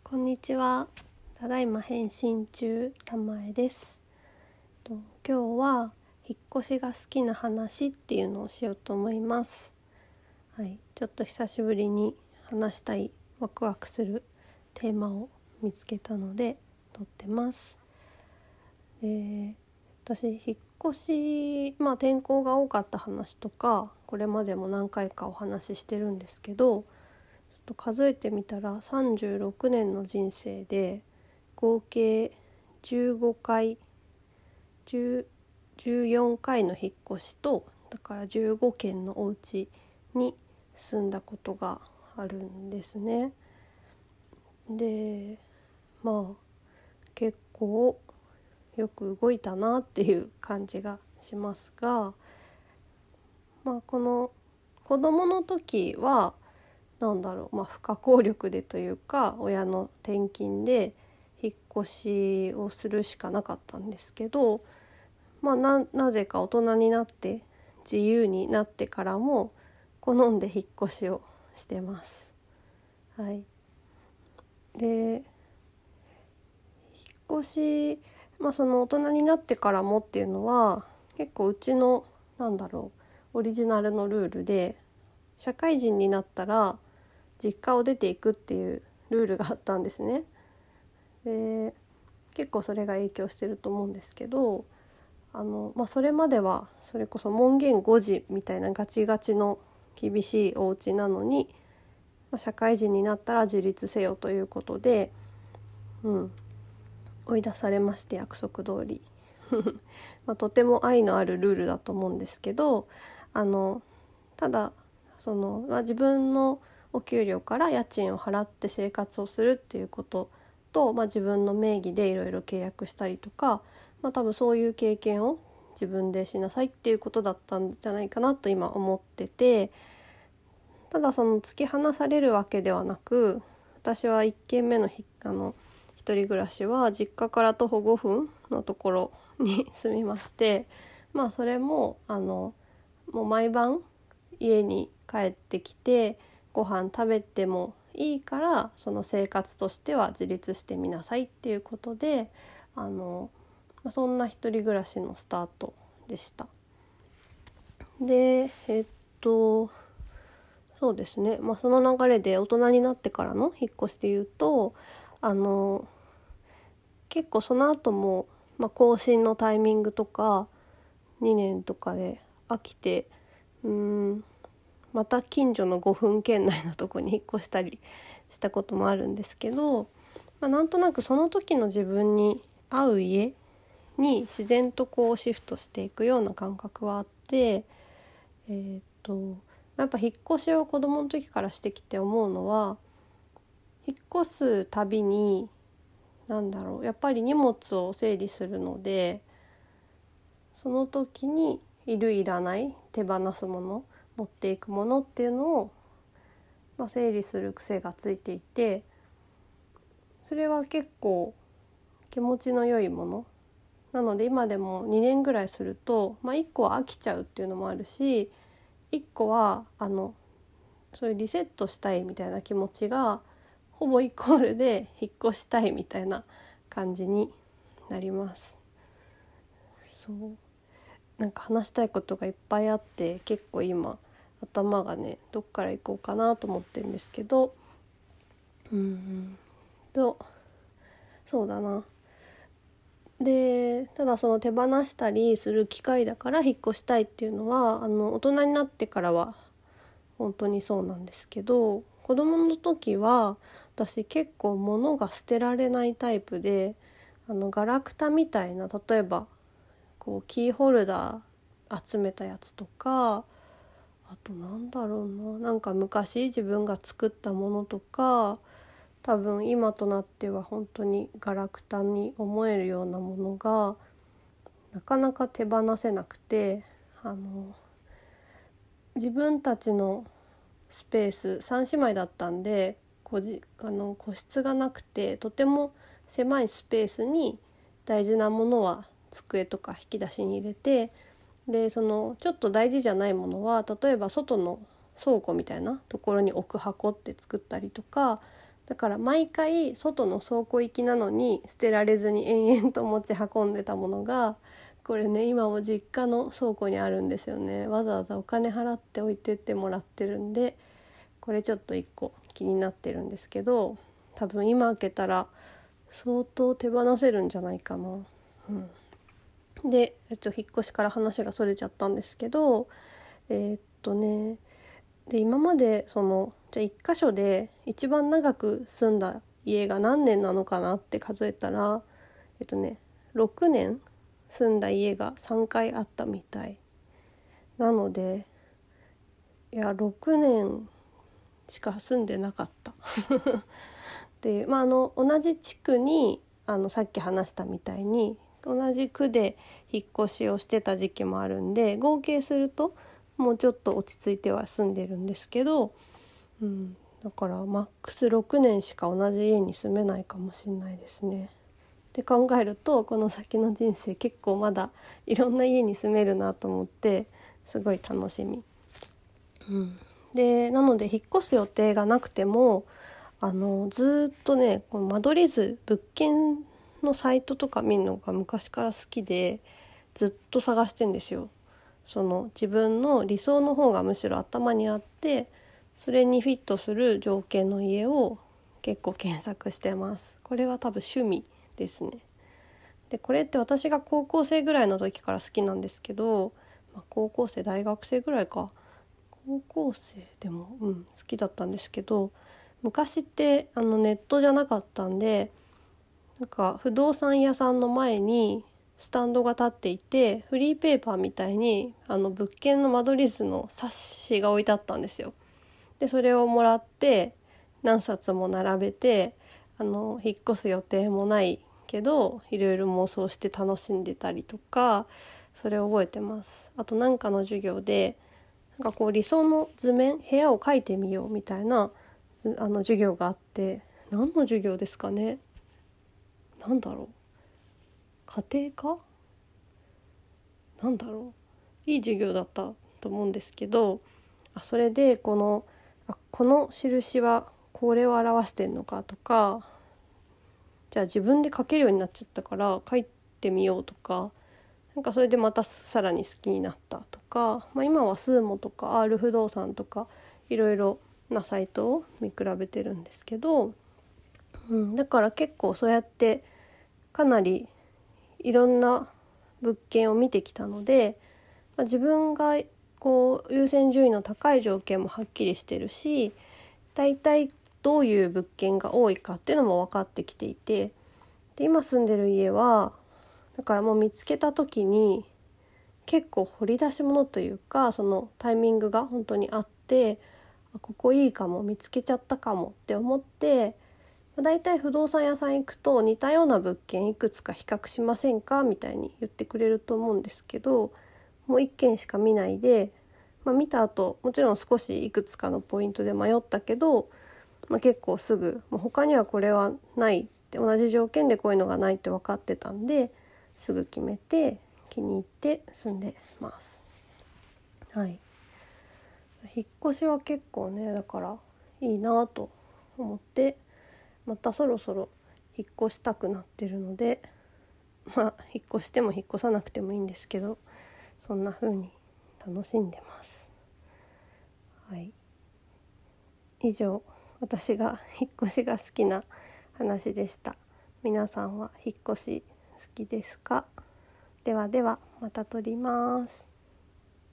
こんにちは。ただいま返信中、たまえです。今日は引っ越しが好きな話っていうのをしようと思います。ちょっと久しぶりに話したいワクワクするテーマを見つけたので撮ってます。私引っ越し、転校が多かった話とかこれまでも何回かお話ししてるんですけど、数えてみたら36年の人生で合計15回14回の引っ越しと、だから15軒のお家に住んだことがあるんですね。で結構よく動いたなっていう感じがしますが、この子供の時は不可抗力でというか親の転勤で引っ越しをするしかなかったんですけど、なぜか大人になって自由になってからも好んで引っ越しをしてます。で引っ越し、その大人になってからもっていうのは結構うちのオリジナルのルールで、社会人になったら実家を出ていくっていうルールがあったんですね。で結構それが影響してると思うんですけど、それまではそれこそ門限5時みたいなガチガチの厳しいお家なのに、社会人になったら自立せよということで、追い出されまして、約束通りとても愛のあるルールだと思うんですけど、ただ自分のお給料から家賃を払って生活をするっていうことと、自分の名義でいろいろ契約したりとか、多分そういう経験を自分でしなさいっていうことだったんじゃないかなと今思ってて、ただ突き放されるわけではなく、私は1軒目の一人暮らしは実家から徒歩5分のところに住みまして、それももう毎晩家に帰ってきてご飯食べてもいいから、その生活としては自立してみなさいっていうことで、そんな一人暮らしのスタートでした。でそうですね、その流れで大人になってからの引っ越しで言うと、結構その後も、更新のタイミングとか2年とかで飽きて、また近所の5分圏内のとこに引っ越したりしたこともあるんですけど、なんとなくその時の自分に合う家に自然とシフトしていくような感覚はあって、やっぱ引っ越しを子供の時からしてきて思うのは、引っ越すたびにやっぱり荷物を整理するので、その時にいるいらない手放すもの、持っていくものっていうのを、整理する癖がついていて、それは結構気持ちの良いものなので、今でも2年ぐらいすると、1個は飽きちゃうっていうのもあるし、1個はそういうリセットしたいみたいな気持ちがほぼイコールで引っ越したいみたいな感じになります。話したいことがいっぱいあって、結構今頭がねどっから行こうかなと思ってるんですけど、そうだな。でただその手放したりする機会だから引っ越したいっていうのは大人になってからは本当にそうなんですけど、子供の時は私結構物が捨てられないタイプで、ガラクタみたいな、例えばキーホルダー集めたやつとか、あと昔自分が作ったものとか、多分今となっては本当にガラクタに思えるようなものがなかなか手放せなくて、自分たちのスペース、3姉妹だったんで個室がなくて、とても狭いスペースに大事なものは机とか引き出しに入れて、でちょっと大事じゃないものは例えば外の倉庫みたいなところに置く箱って作ったりとか、 だから毎回外の倉庫行きなのに捨てられずに延々と持ち運んでたものが、これね今も実家の倉庫にあるんですよね。わざわざお金払って置いてってもらってるんで、これちょっと1個気になってるんですけど、多分今開けたら相当手放せるんじゃないかな。で、引っ越しから話がそれちゃったんですけど、で今までじゃあ1箇所で一番長く住んだ家が何年なのかなって数えたら、6年住んだ家が3回あったみたいなので、6年しか住んでなかったで、同じ地区にさっき話したみたいに同じ区で引っ越しをしてた時期もあるんで、合計するともうちょっと落ち着いては住んでるんですけど、だからマックス6年しか同じ家に住めないかもしれないですね。って考えると、この先の人生結構まだいろんな家に住めるなと思ってすごい楽しみ。でなので引っ越す予定がなくてもずっとね、この間取り図、物件のサイトとか見るのが昔から好きで、ずっと探してんですよ。自分の理想の方がむしろ頭にあって、それにフィットする条件の家を結構検索してます。これは多分趣味ですね。でこれって私が高校生ぐらいの時から好きなんですけど、高校生大学生ぐらいか、高校生でも好きだったんですけど、昔ってネットじゃなかったんで、不動産屋さんの前にスタンドが立っていて、フリーペーパーみたいに物件の間取り図の冊子が置いてあったんですよ。でそれをもらって何冊も並べて、引っ越す予定もないけどいろいろ妄想して楽しんでたりとか、それを覚えてます。あと何かの授業で理想の図面、部屋を描いてみようみたいな授業があって、何の授業ですかね、なんだろう、家庭科、なんだろう、いい授業だったと思うんですけど、それでこの印はこれを表してんのかとか、じゃあ自分で描けるようになっちゃったから描いてみようとか、それでまたさらに好きになったとか、今はスーモとか R 不動産とかいろいろなサイトを見比べてるんですけど、だから結構そうやってかなりいろんな物件を見てきたので、自分が優先順位の高い条件もはっきりしてるし、だいたいどういう物件が多いかっていうのも分かってきていて、で今住んでる家はだからもう見つけた時に結構掘り出し物というか、そのタイミングが本当にあって、ここいいかも、見つけちゃったかもって思って、だいたい不動産屋さん行くと似たような物件いくつか比較しませんかみたいに言ってくれると思うんですけど、もう1軒しか見ないで、見た後もちろん少しいくつかのポイントで迷ったけど、結構すぐもう他にはこれはないって、同じ条件でこういうのがないって分かってたんで、すぐ決めて気に入って住んでます。引っ越しは結構ね、だからいいなと思って、またそろそろ引っ越したくなってるので、引っ越しても引っ越さなくてもいいんですけど、そんな風に楽しんでます。以上、私が引っ越しが好きな話でした。皆さんは引っ越し好きですか？ではではまた撮ります。